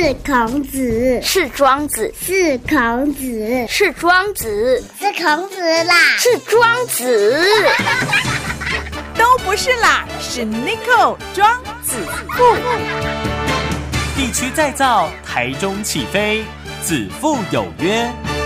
是孔子， 是庄子， 是孔子， 是庄子， 是孔子啦， 是庄子。 都不是啦，是 Nico 庄子富。 地区再造，台中起飞，子父有约。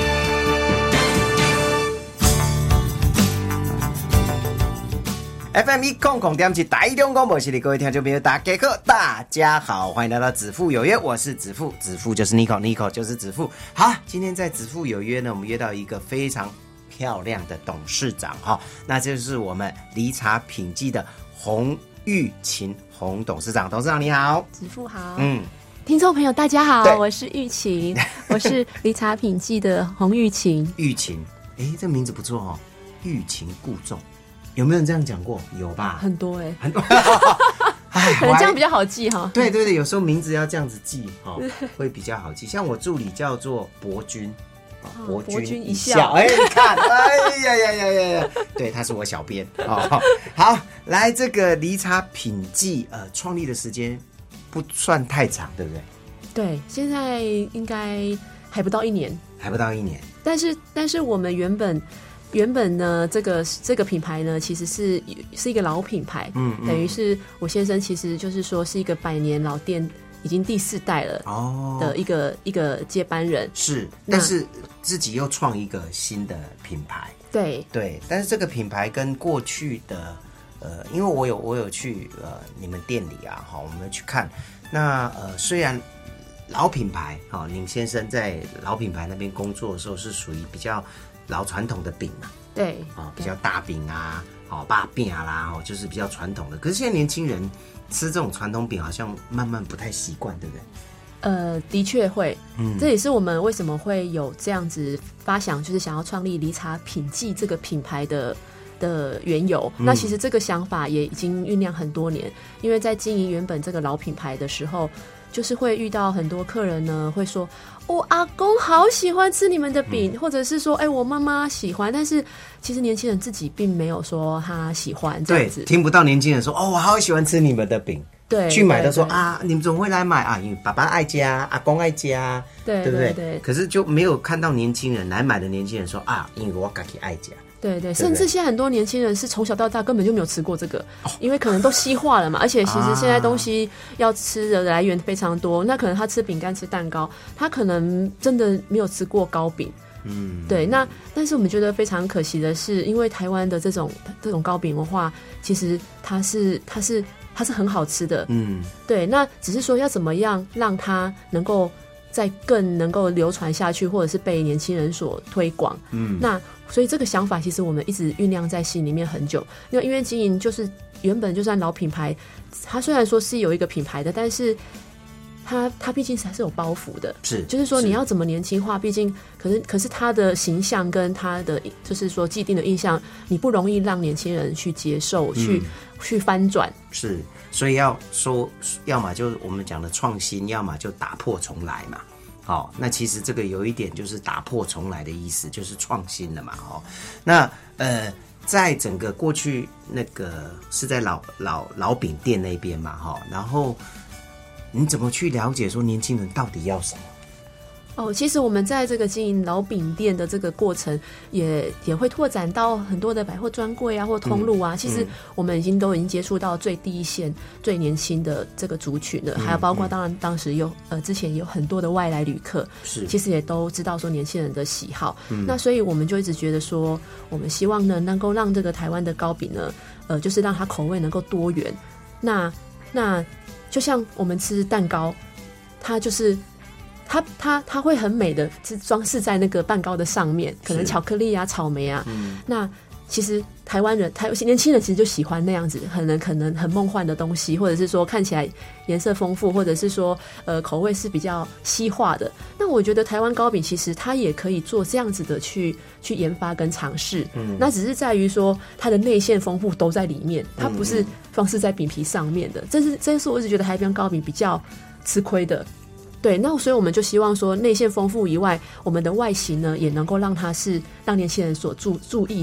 FM 100.7台中广播系列，各位听众朋友，大家好，欢迎来到子父有约，我是子父，子父就是 Nico 就是子父。好，今天在子父有约呢，我们约到一个非常漂亮的董事长哈，那就是我们梨茶品记的洪玉琴洪董事长。董事长你好。 子父好。听众朋友大家好，我是玉琴，我是梨茶品记的洪玉琴。 玉琴，这名字不错哦，欲擒故纵。有没有人这样讲过？有吧？ 很多很多， 可能这样比较好记哈。 对，有时候名字要这样子记哈，会比较好记。像我助理叫做伯君，伯君一笑，你看，呀，对，他是我小编哦。好，来这个梨茶品记，创立的时间不算太长，对不对？ 对，现在应该还不到一年，但是我们原本呢，这个品牌呢，其实是一个老品牌，等于是我先生其实就是说是一个100年老店，已经第4代了的一个接班人。是， 但是自己又创一个新的品牌。对，但是这个品牌跟过去的因为我有去你们店里啊，我们去看。那虽然老品牌林先生在老品牌那边工作的时候是属于比较老传统的饼嘛，对，比较大饼啊，大饼啦，就是比较传统的。可是现在年轻人吃这种传统饼好像慢慢不太习惯，对不对？ 的确会，这也是我们为什么会有这样子发想，就是想要创立梨茶品记这个品牌的缘由。那其实这个想法也已经酝酿很多年，因为在经营原本这个老品牌的时候，就是会遇到很多客人呢，会说我阿公好喜欢吃你们的饼，或者是说我妈妈喜欢，但是其实年轻人自己并没有说他喜欢这样子。对， 听不到年轻人说我好喜欢吃你们的饼。对，去买的时候你们总会来买啊，因为爸爸爱加，阿公爱加，对不对？可是就没有看到年轻人来买的年轻人说因为我自己爱加。 对，甚至现在很多年轻人是从小到大根本就没有吃过这个，因为可能都西化了嘛，而且其实现在东西要吃的来源非常多，那可能他吃饼干吃蛋糕，他可能真的没有吃过糕饼。对，但是我们觉得非常可惜的是，因为台湾的这种糕饼文化，其实它是很好吃的。对，那只是说要怎么样让它能够再更能够流传下去，或者是被年轻人所推广。那所以这个想法其实我们一直酝酿在心里面很久。因为经营就是原本就算老品牌，它虽然说是有一个品牌的，但是它毕竟还是有包袱的，就是说你要怎么年轻化，毕竟可是它的形象跟它的就是说既定的印象，你不容易让年轻人去接受，去翻转。是， 所以要说，要么就是我们讲的创新，要么就打破重来嘛。那其实这个有一点就是打破重来的意思，就是创新了嘛。那在整个过去那个是在老饼店那边嘛，然后你怎么去了解说年轻人到底要什么？ 其实我们在这个经营老饼店的这个过程也会拓展到很多的百货专柜啊或通路啊。其实我们已经接触到最第一线最年轻的这个族群了，还有包括当然当时之前有很多的外来旅客，其实也都知道说年轻人的喜好。那所以我们就一直觉得说，我们希望呢能够让这个台湾的糕饼呢就是让它口味能够多元。那就像我们吃蛋糕，它就是它会很美的装饰在那个蛋糕的上面，可能巧克力啊草莓啊。那其实台湾人年轻人其实就喜欢那样子可能很梦幻的东西，或者是说看起来颜色丰富，或者是说口味是比较西化的。那我觉得台湾糕饼其实它也可以做这样子的去研发跟尝试。那只是在于说它的内馅丰富都在里面，它不是装饰在饼皮上面的。这是我一直觉得台湾糕饼比较吃亏的。对，那所以我们就希望说内馅丰富以外，我们的外形呢也能够让它是让年轻人所注意的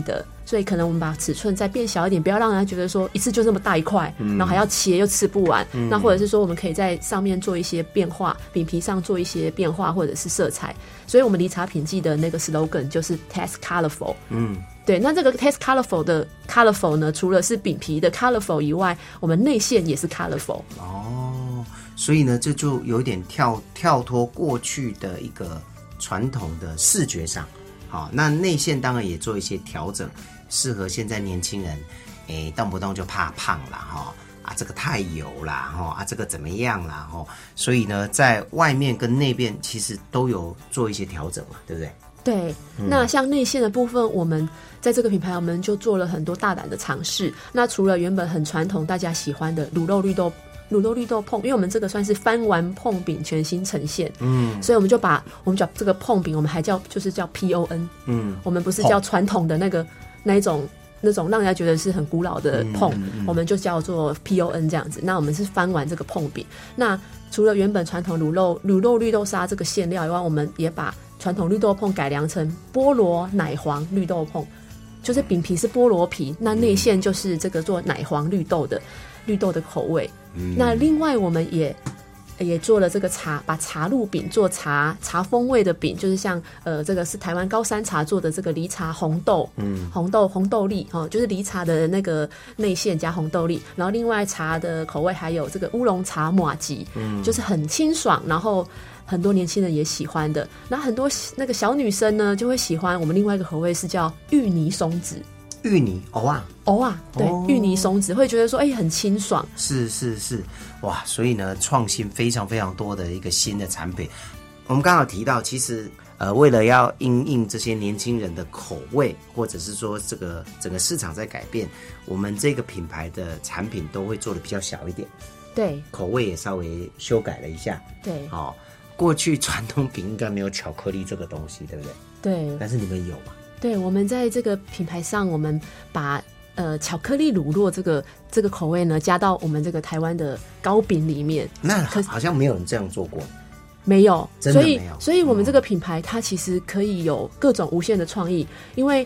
所以可能我们把尺寸再变小一点，不要让人家觉得说一次就这么大一块，然后还要切又吃不完。那或者是说我们可以在上面做一些变化，饼皮上做一些变化或者是色彩。所以我们理查品记的那个 slogan 就是 Taste Colorful。对，那这个 Taste Colorful 的 Colorful 呢，除了是饼皮的 Colorful 以外，我们内馅也是 Colorful。 所以呢，这就有点跳脱过去的一个传统的视觉上。好，那内馅当然也做一些调整，适合现在年轻人，动不动就怕胖啦，这个太油啦，这个怎么样啦，所以呢，在外面跟内边其实都有做一些调整嘛，对不对？ 对，那像内馅的部分，我们在这个品牌我们就做了很多大胆的尝试。那除了原本很传统大家喜欢的卤肉绿豆碰，因为我们这个算是翻完碰饼全新呈现，所以我们叫这个碰饼，我们还就是叫 PON，我们不是叫传统的那种让人家觉得是很古老的碰，我们就叫做 PON 这样子。那我们是翻完这个碰饼，那除了原本传统卤肉绿豆沙这个馅料以外，我们也把传统绿豆碰改良成菠萝奶黄绿豆碰，就是饼皮是菠萝皮，那内馅就是这个做奶黄绿豆的口味。那另外我们也做了这个把茶露饼做茶风味的饼，就是像这个是台湾高山茶做的这个梨茶红豆粒就是梨茶的那个内馅加红豆粒，然后另外茶的口味还有这个乌龙茶麻糬，就是很清爽，然后很多年轻人也喜欢的。然后很多那个小女生呢就会喜欢我们另外一个口味是叫芋泥松子。 芋泥对，芋泥松子会觉得说很清爽。 是哇，所以呢创新非常非常多的一个新的产品。我们刚好提到其实为了要因应这些年轻人的口味，或者是说这个整个市场在改变，我们这个品牌的产品都会做的比较小一点， 对， 口味也稍微修改了一下， 对， 过去传统饼应该没有巧克力这个东西，对不对？ 对， 但是你们有嘛？ 对，我们在这个品牌上，我们把巧克力乳酪这个口味呢加到我们这个台湾的糕饼里面。 那好像没有人这样做过。 没有， 真的没有。 所以我们这个品牌它其实可以有各种无限的创意，因为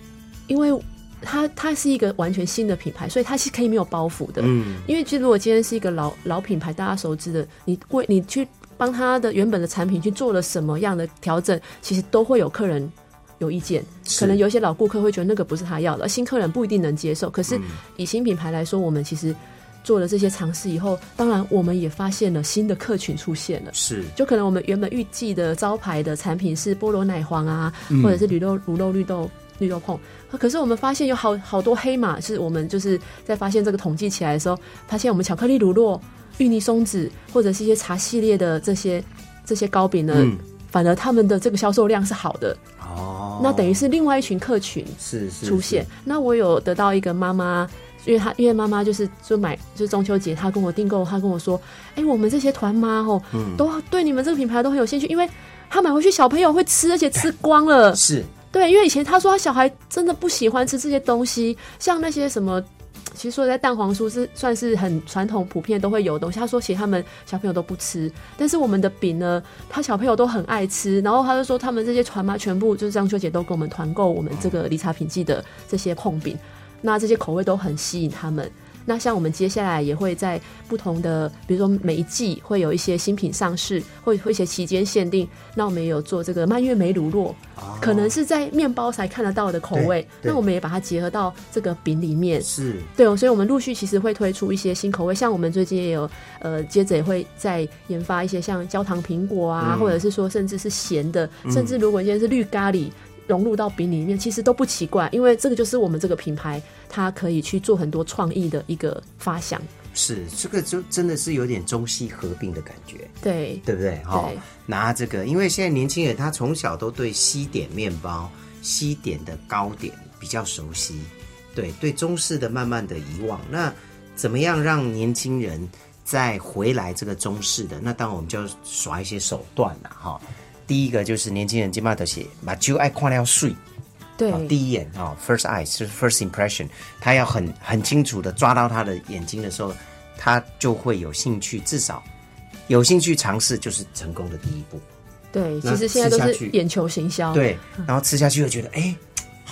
它是一个完全新的品牌，所以它是可以没有包袱的。因为其实如果今天是一个老品牌，大家熟知的，你去帮它的原本的产品去做了什么样的调整，其实都会有客人有意见，可能有一些老顾客会觉得那个不是他要的，新客人不一定能接受。可是以新品牌来说，我们其实做了这些尝试以后，当然我们也发现了新的客群出现了。是，就可能我们原本预计的招牌的产品是菠萝奶黄啊，或者是卤肉绿豆碰，可是我们发现有好多黑马，是我们就是在发现这个统计起来的时候，发现我们巧克力乳酪、芋泥松子或者是一些茶系列的这些糕饼呢，反而他们的这个销售量是好的。那等于是另外一群客群出现。那我有得到一个妈妈，因为妈妈就是中秋节她跟我订购，她跟我说我们这些团妈都对你们这个品牌都很有兴趣，因为她买回去小朋友会吃，而且吃光了。是，对，因为以前她说她小孩真的不喜欢吃这些东西，像那些什么，其实说在蛋黄酥是算是很传统普遍都会有的东西，他说其实他们小朋友都不吃，但是我们的饼呢他小朋友都很爱吃，然后他就说他们这些团妈全部就是中秋节都跟我们团购我们这个理查品记的这些碰饼，那这些口味都很吸引他们。那像我们接下来也会在不同的比如说每一季会有一些新品上市，会一些期间限定，那我们也有做这个蔓越莓乳酪，可能是在面包才看得到的口味，那我们也把它结合到这个饼里面。是，对所以我们陆续其实会推出一些新口味，像我们最近也有接着也会再研发一些像焦糖苹果啊，或者是说甚至是咸的，甚至如果今天是绿咖喱融入到饼里面，其实都不奇怪，因为这个就是我们这个品牌它可以去做很多创意的一个发想。是，这个就真的是有点中西合并的感觉，对不对？拿这个，因为现在年轻人他从小都对西点面包、西点的糕点比较熟悉，对中式的慢慢的遗忘。那怎么样让年轻人再回来这个中式的？那当然我们就要耍一些手段啦，第一个就是年轻人基本上都是把酒爱看了水，对，第一眼first eye 是 first impression， 他要很清楚的抓到他的眼睛的时候，他就会有兴趣，至少有兴趣尝试就是成功的第一步。对，其实现在都是眼球行销，对，然后吃下去又觉得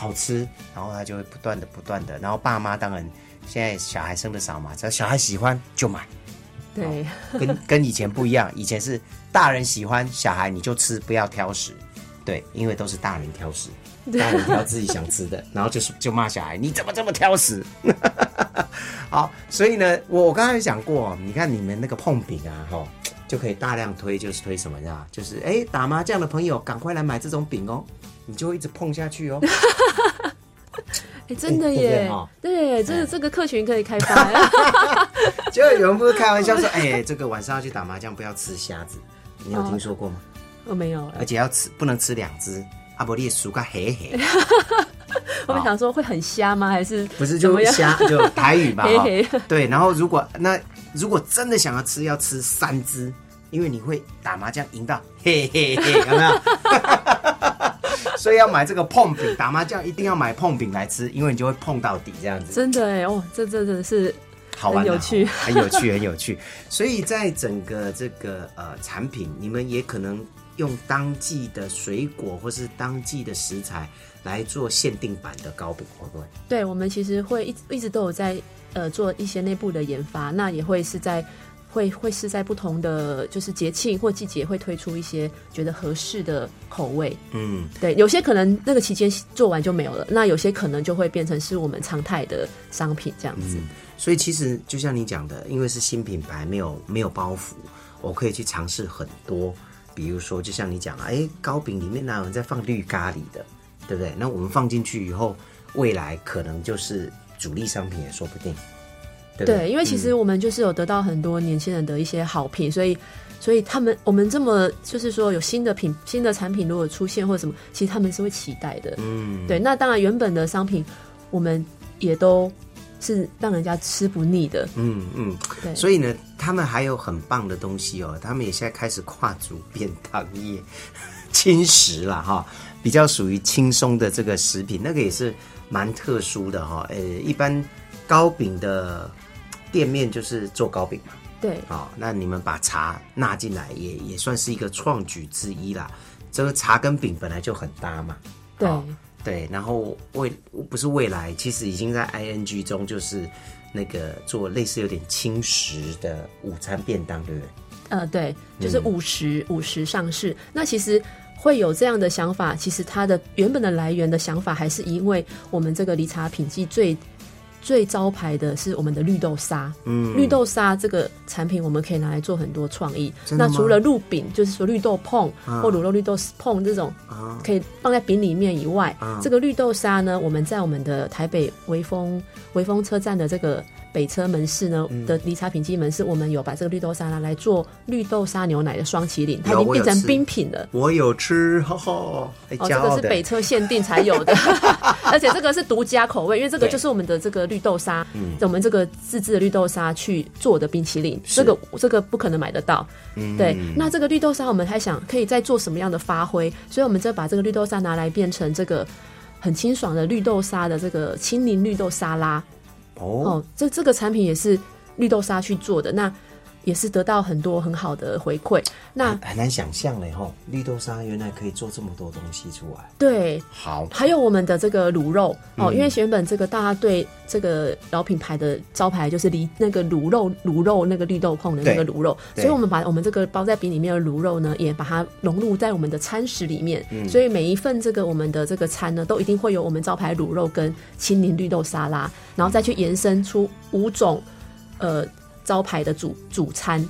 好吃，然后他就会不断的，然后爸妈当然现在小孩生的少嘛，只要小孩喜欢就买。 对， 跟以前不一样，以前是大人喜欢，小孩你就吃，不要挑食。对，因为都是大人挑食，大人挑自己想吃的，然后就骂小孩，你怎么这么挑食？好，所以呢，我刚才讲过，你看你们那个碰饼啊，就可以大量推，就是推什么呀？就是打麻将的朋友赶快来买这种饼哦，你就会一直碰下去哦。 真的耶，对，这个客群可以开发。 就有人不是开玩笑说，这个晚上要去打麻将，不要吃虾子，你有听说过吗？ 我没有， 而且不能吃2只，啊不，你输个黑黑。 我们想说会很瞎吗？还是不是就瞎就台语吧？ 黑黑对，然后如果真的想要吃3只，因为你会打麻将赢到嘿嘿嘿，有没有？所以要买这个碰饼，打麻将一定要买碰饼来吃，因为你就会碰到底这样子。 真的这真的是好玩， 很有趣， 很有趣，很有趣。所以在整个这个产品，你们也可能用当季的水果或是当季的食材来做限定版的糕饼，会不会？ 对，我们其实会一直都有在做一些内部的研发，那也会是在不同的就是节庆或季节会推出一些觉得合适的口味。对，有些可能那个期间做完就没有了，那有些可能就会变成是我们常态的商品这样子。 所以其实就像你讲的，因为是新品牌，没有包袱，我可以去尝试很多。比如说，就像你讲糕饼里面哪有人在放绿咖喱的，对不对？那我们放进去以后，未来可能就是主力商品也说不定。 对，因为其实我们就是有得到很多年轻人的一些好评，所以我们这么就是说有新的产品如果出现或者什么，其实他们是会期待的。对，那当然原本的商品我们也都是让人家吃不腻的。 对，所以呢，他们还有很棒的东西哦，他们也现在开始跨足便当业、轻食啦哈，比较属于轻松的这个食品，那个也是蛮特殊的哈。一般糕饼的店面就是做糕饼嘛， 对， 那你们把茶纳进来也算是一个创举之一啦。这个茶跟饼本来就很搭嘛，对，然后不是未来，其实已经在 ING 中就是那个做类似有点轻食的午餐便当，对不对？ 对，就是午时上市。那其实会有这样的想法，其实它的原本的来源的想法还是因为我们这个梨茶品记最招牌的是我们的绿豆沙。绿豆沙这个产品我们可以拿来做很多创意。那除了入饼，就是说绿豆碰或卤肉绿豆碰这种可以放在饼里面以外，这个绿豆沙呢，我们在我们的台北微风车站的这个北车门市呢的梨茶品记门市，我们有把这个绿豆沙拿来做绿豆沙牛奶的双麒麟，它已经变成冰品了。 我有吃，哈哈。 这个是北车限定才有的，而且这个是独家口味，因为这个就是我们的这个绿豆沙，我们这个自制的绿豆沙去做的冰淇淋，这个不可能买得到。对，那这个绿豆沙我们还想可以再做什么样的发挥，所以我们就把这个绿豆沙拿来变成这个很清爽的绿豆沙的这个青柠绿豆沙拉。这个产品也是绿豆沙去做的，那也是得到很多很好的回馈。那很难想象嘞吼，绿豆沙原来可以做这么多东西出来。 对， 好， 还有我们的这个卤肉因为原本这个大家对这个老品牌的招牌就是那个卤肉那个绿豆碰的那个卤肉，所以我们把我们这个包在饼里面的卤肉呢，也把它融入在我们的餐食里面。所以每一份这个我们的这个餐呢，都一定会有我们招牌卤肉跟青柠绿豆沙拉，然后再去延伸出5种招牌的主餐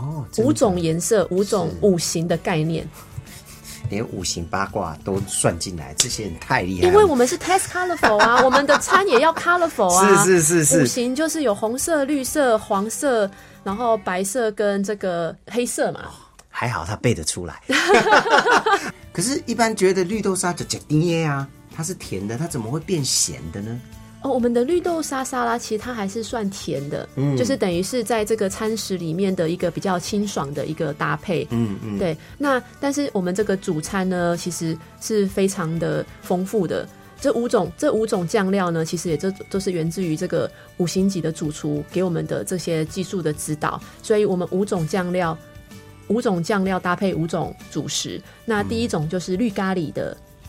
，5种颜色，5种五行的概念， 连五行八卦都算进来，这些人太厉害了。 因为我们是 test colorful 啊，我们的餐也要 colorful 啊。 是。 五行就是有红色、绿色、黄色，然后白色跟这个黑色嘛。 还好他背得出来。可是，一般觉得绿豆沙就吃甜啊，它是甜的，它怎么会变咸的呢？ 我们的绿豆沙沙拉其实它还是算甜的，就是等于是在这个餐食里面的一个比较清爽的一个搭配。对。那但是我们这个主餐呢，其实是非常的丰富的。这五种酱料呢，其实也都是源自于这个5星级的主厨给我们的这些技术的指导，所以我们5种酱料搭配5种主食。那第一种就是绿咖喱的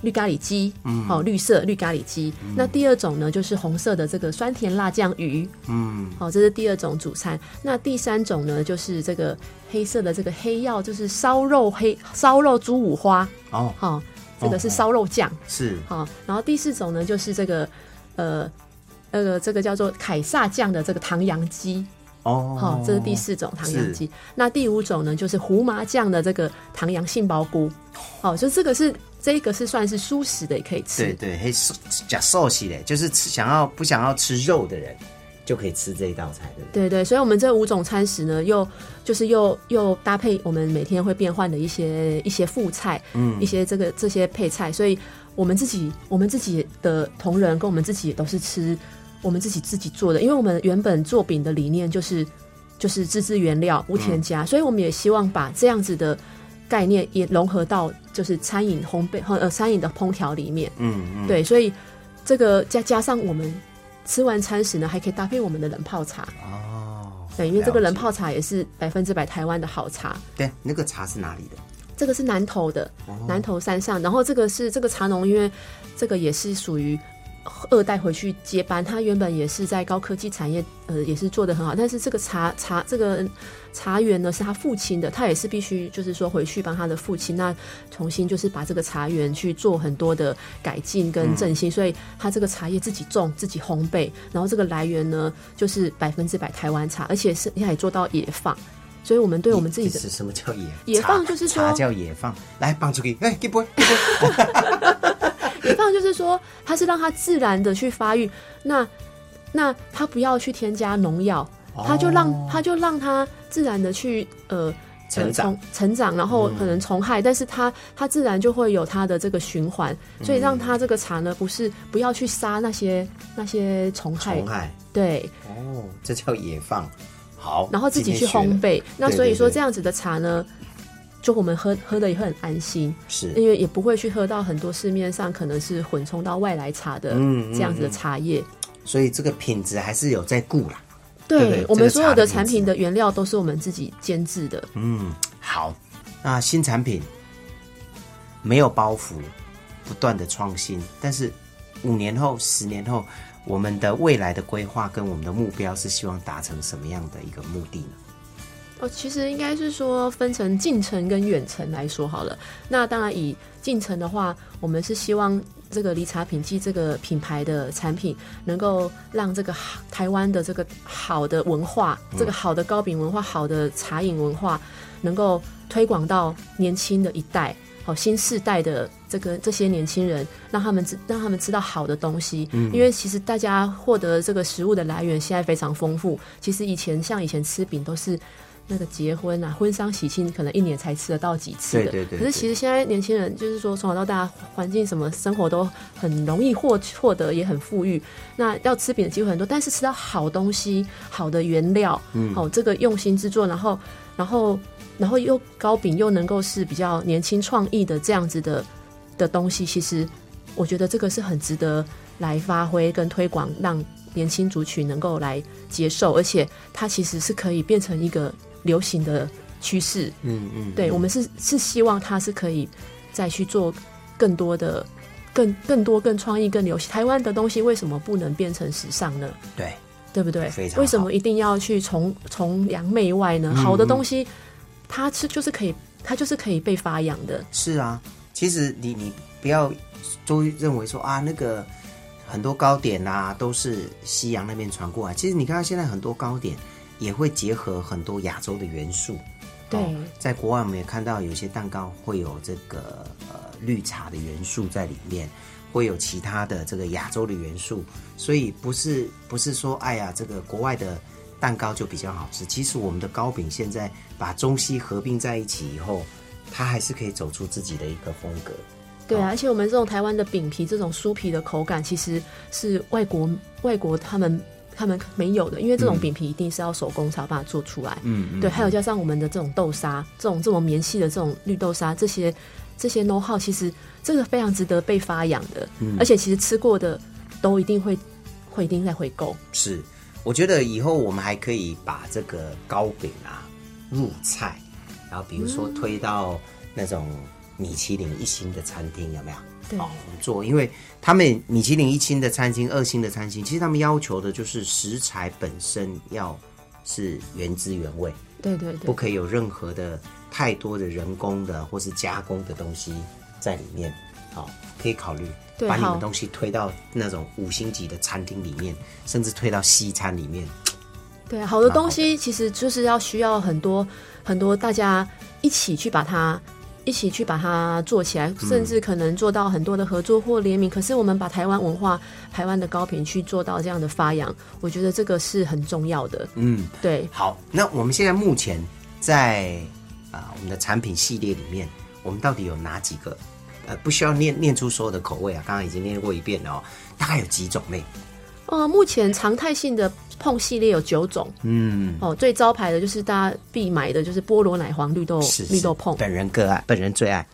绿咖喱鸡，绿色绿咖喱鸡。那第二种呢，就是红色的这个酸甜辣酱鱼，这是第二种主餐。那第三种呢，就是这个黑色的这个黑曜，就是烧肉猪五花这个是烧肉酱， 是然后第四种呢，就是这个这个叫做凯撒酱的这个唐扬鸡。这是第四种唐扬鸡。那第五种呢，就是胡麻酱的这个唐扬杏鲍菇。就这个是算是蔬食的，也可以吃。 对，假寿喜嘞，就是不想要吃肉的人就可以吃这一道菜，对。 对，所以我们这5种餐食呢，又搭配我们每天会变换的一些副菜，一些这些配菜，所以我们自己的同仁跟我们自己也都是吃我们自己做的，因为我们原本做饼的理念就是自制原料无添加，所以我们也希望把这样子的概念也融合到就是餐饮烘焙餐饮的烹调里面。对，所以这个加上我们吃完餐食呢，还可以搭配我们的冷泡茶。对，因为这个冷泡茶也是100%台湾的好茶。 对，那个茶是哪里的？ 这个是南投的，南投山上。然后这个茶农，因为这个也是属于2代回去接班，他原本也是在高科技产业，也是做得很好。但是这个茶园呢是他父亲的，他也是必须就是说回去帮他的父亲，那重新就是把这个茶园去做很多的改进跟振兴，所以他这个茶叶自己种自己烘焙，然后这个来源呢就是100%台湾茶，而且是他也做到野放。所以我们对我们自己的是什么叫野放，就是说茶叫野放，来帮助给给不野放就是说，它是让它自然的去发育，那它不要去添加农药，它就让它自然的去成长，然后可能虫害，但是它自然就会有它的这个循环，所以让它这个茶呢不要去杀那些虫害，对， 这叫野放。好， 然后自己去烘焙，那所以说这样子的茶呢，就我们喝的也会很安心， 是因为也不会去喝到很多市面上可能是混充到外来茶的这样子的茶叶， 所以这个品质还是有在顾啦。 对，我们所有的产品的原料都是我们自己监制的。 好，那新产品没有包袱，不断的创新，但是5年后、10年后，我们的未来的规划跟我们的目标是希望达成什么样的一个目的呢？ 其实应该是说分成近程跟远程来说好了。那当然以近程的话，我们是希望这个梨茶品记这个品牌的产品能够让这个台湾的这个好的文化，这个好的糕饼文化，好的茶饮文化能够推广到年轻的一代，新世代的这些年轻人，让他们知道好的东西。因为其实大家获得这个食物的来源现在非常丰富。其实以前吃饼都是那个结婚啊、婚丧喜庆，可能1年才吃得到几次的。 对。 可是其实现在年轻人就是说从小到大环境什么生活都很容易获得，也很富裕。那要吃饼的机会很多，但是吃到好东西、好的原料，这个用心制作，然后又糕饼又能够是比较年轻创意的这样子的东西，其实我觉得这个是很值得来发挥跟推广，让年轻族群能够来接受，而且它其实是可以变成一个流行的趋势。对，我们是希望它是可以再去做更多的更多更创意更流行。台湾的东西为什么不能变成时尚呢？对不对？为什么一定要去崇洋媚外呢？好的东西它就是可以被发扬的。 是啊，其实你不要都认为说啊，那个很多糕点啊都是西洋那边传过来。其实你看到现在很多糕点也会结合很多亚洲的元素。 对， 在国外我们也看到有些蛋糕会有这个绿茶的元素在里面，会有其他的这个亚洲的元素，所以不是说哎呀这个国外的蛋糕就比较好吃。其实我们的糕饼现在把中西合并在一起以后，它还是可以走出自己的一个风格。 对啊，而且我们这种台湾的饼皮这种酥皮的口感，其实是外国他们没有的，因为这种饼皮一定是要手工才把它做出来。对，还有加上我们的这种豆沙，这种绵细的这种绿豆沙，这些 know how， 其实这个非常值得被发扬的。而且其实吃过的都一定会再回购。 是，我觉得以后我们还可以把这个糕饼啊入菜，然后比如说推到那种米其林1星的餐厅，有没有？ 对， 我们做，因为他们米其林1星的餐厅、2星的餐厅，其实他们要求的就是食材本身要是原汁原味， 对对对， 不可以有任何的太多的人工的或是加工的东西在里面。好，可以考虑把你们东西推到那种5星级的餐厅里面，甚至推到西餐里面。 对，好的东西其实就是需要很多很多大家一起去把它做起来，甚至可能做到很多的合作或联名。可是我们把台湾文化、台湾的糕品去做到这样的发扬，我觉得这个是很重要的。对。好， 那我们现在目前在我们的产品系列里面，我们到底有哪几个？不需要念出所有的口味啊，刚刚已经念过一遍了哦。大概有几种类？ 目前常态性的碰系列有9种。最招牌的就是大家必买的就是菠萝奶黄绿豆碰， 本人最爱。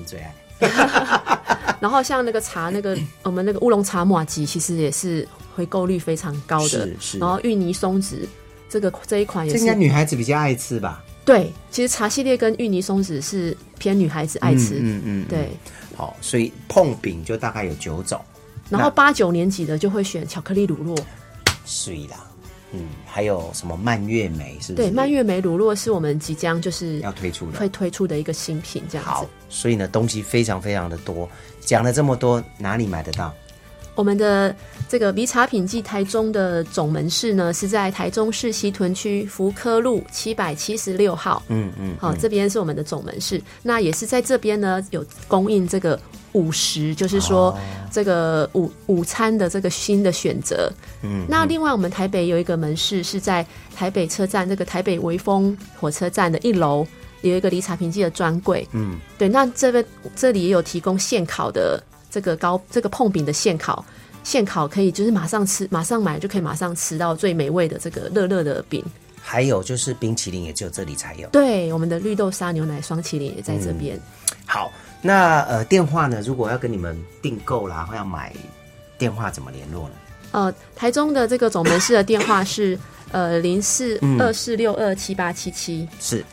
然后像那个茶，我们那个乌龙茶麻糬，其实也是回购率非常高的。是。然后芋泥松子这一款也是， 这应该女孩子比较爱吃吧？ 对，其实茶系列跟芋泥松子是偏女孩子爱吃。对。 好，所以碰饼就大概有9种。 然后8、9年级的就会选巧克力乳酪。 是啦。还有什么蔓越莓，是不是？ 对，蔓越莓乳酪是我们即将就是要推出的， 会推出的一个新品，这样子。 好，所以呢，东西非常非常的多。讲了这么多，哪里买得到？ 我们的这个米茶品记台中的总门市呢，是在台中市西屯区福科路776号。好，这边是我们的总门市。那也是在这边呢，有供应这个午食，就是说这个午餐的这个新的选择。那另外我们台北有一个门市是在台北车站这个台北微风火车站的1楼，有一个米茶品记的专柜。对，那这里也有提供现烤的这个碰饼的现烤可以就是马上吃，马上买就可以马上吃到最美味的这个热热的饼。 还有就是冰淇淋也只有这里才有。 对，我们的绿豆沙牛奶双淇淋也在这边。 好，那电话呢？如果要跟你们订购啦，或要买，电话怎么联络呢？ 台中的这个总门市的电话是0424627877，是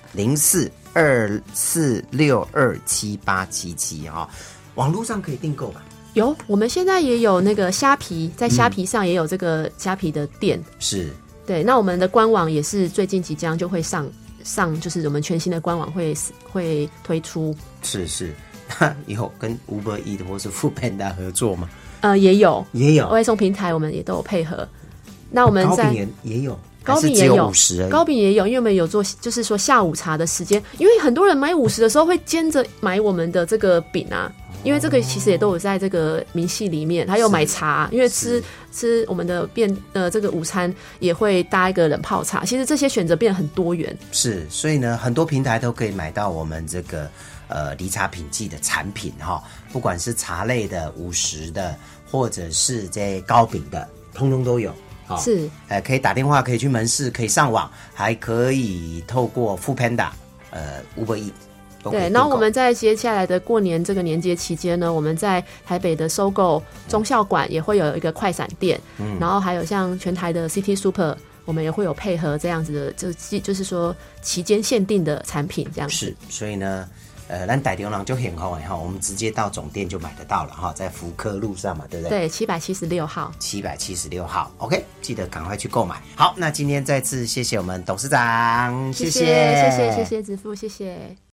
0424627877啊。网络上可以订购吧？ 有，我们现在也有那个虾皮，在虾皮上也有这个虾皮的店。 是。 对，那我们的官网也是最近即将就会上，就是我们全新的官网会推出。 是。那以后跟 Uber Eats 或是 Foodpanda 合作吗？ 也有外送平台我们也都有配合。那我们在糕饼也有。 糕饼也有 ，50而已。 糕饼也有，因为我们有做，就是说下午茶的时间，因为很多人买50的时候会兼着买我们的这个饼啊，因为这个其实也都有在这个明细里面，还有买茶，因为吃我们的这个午餐也会搭一个冷泡茶，其实这些选择变得很多元。 是，所以呢，很多平台都可以买到我们这个米茶品记的产品哈，不管是茶类的、午食的，或者是这糕饼的，通通都有。 是， 可以打电话，可以去门市，可以上网，还可以透过 Foodpanda、Uber Eats。 对，然后我们在接下来的过年这个年节期间呢，我们在台北的收购忠孝馆也会有一个快闪店，然后还有像全台的 City Super， 我们也会有配合这样子的，就是说期间限定的产品这样子。 是，所以呢。咱台中人就很好哈，我们直接到总店就买得到了哈，在福科路上嘛，对不对？ 对，776号。 776号 ，OK， 记得赶快去购买。好，那今天再次谢谢我们董事长， 谢谢子父，谢谢。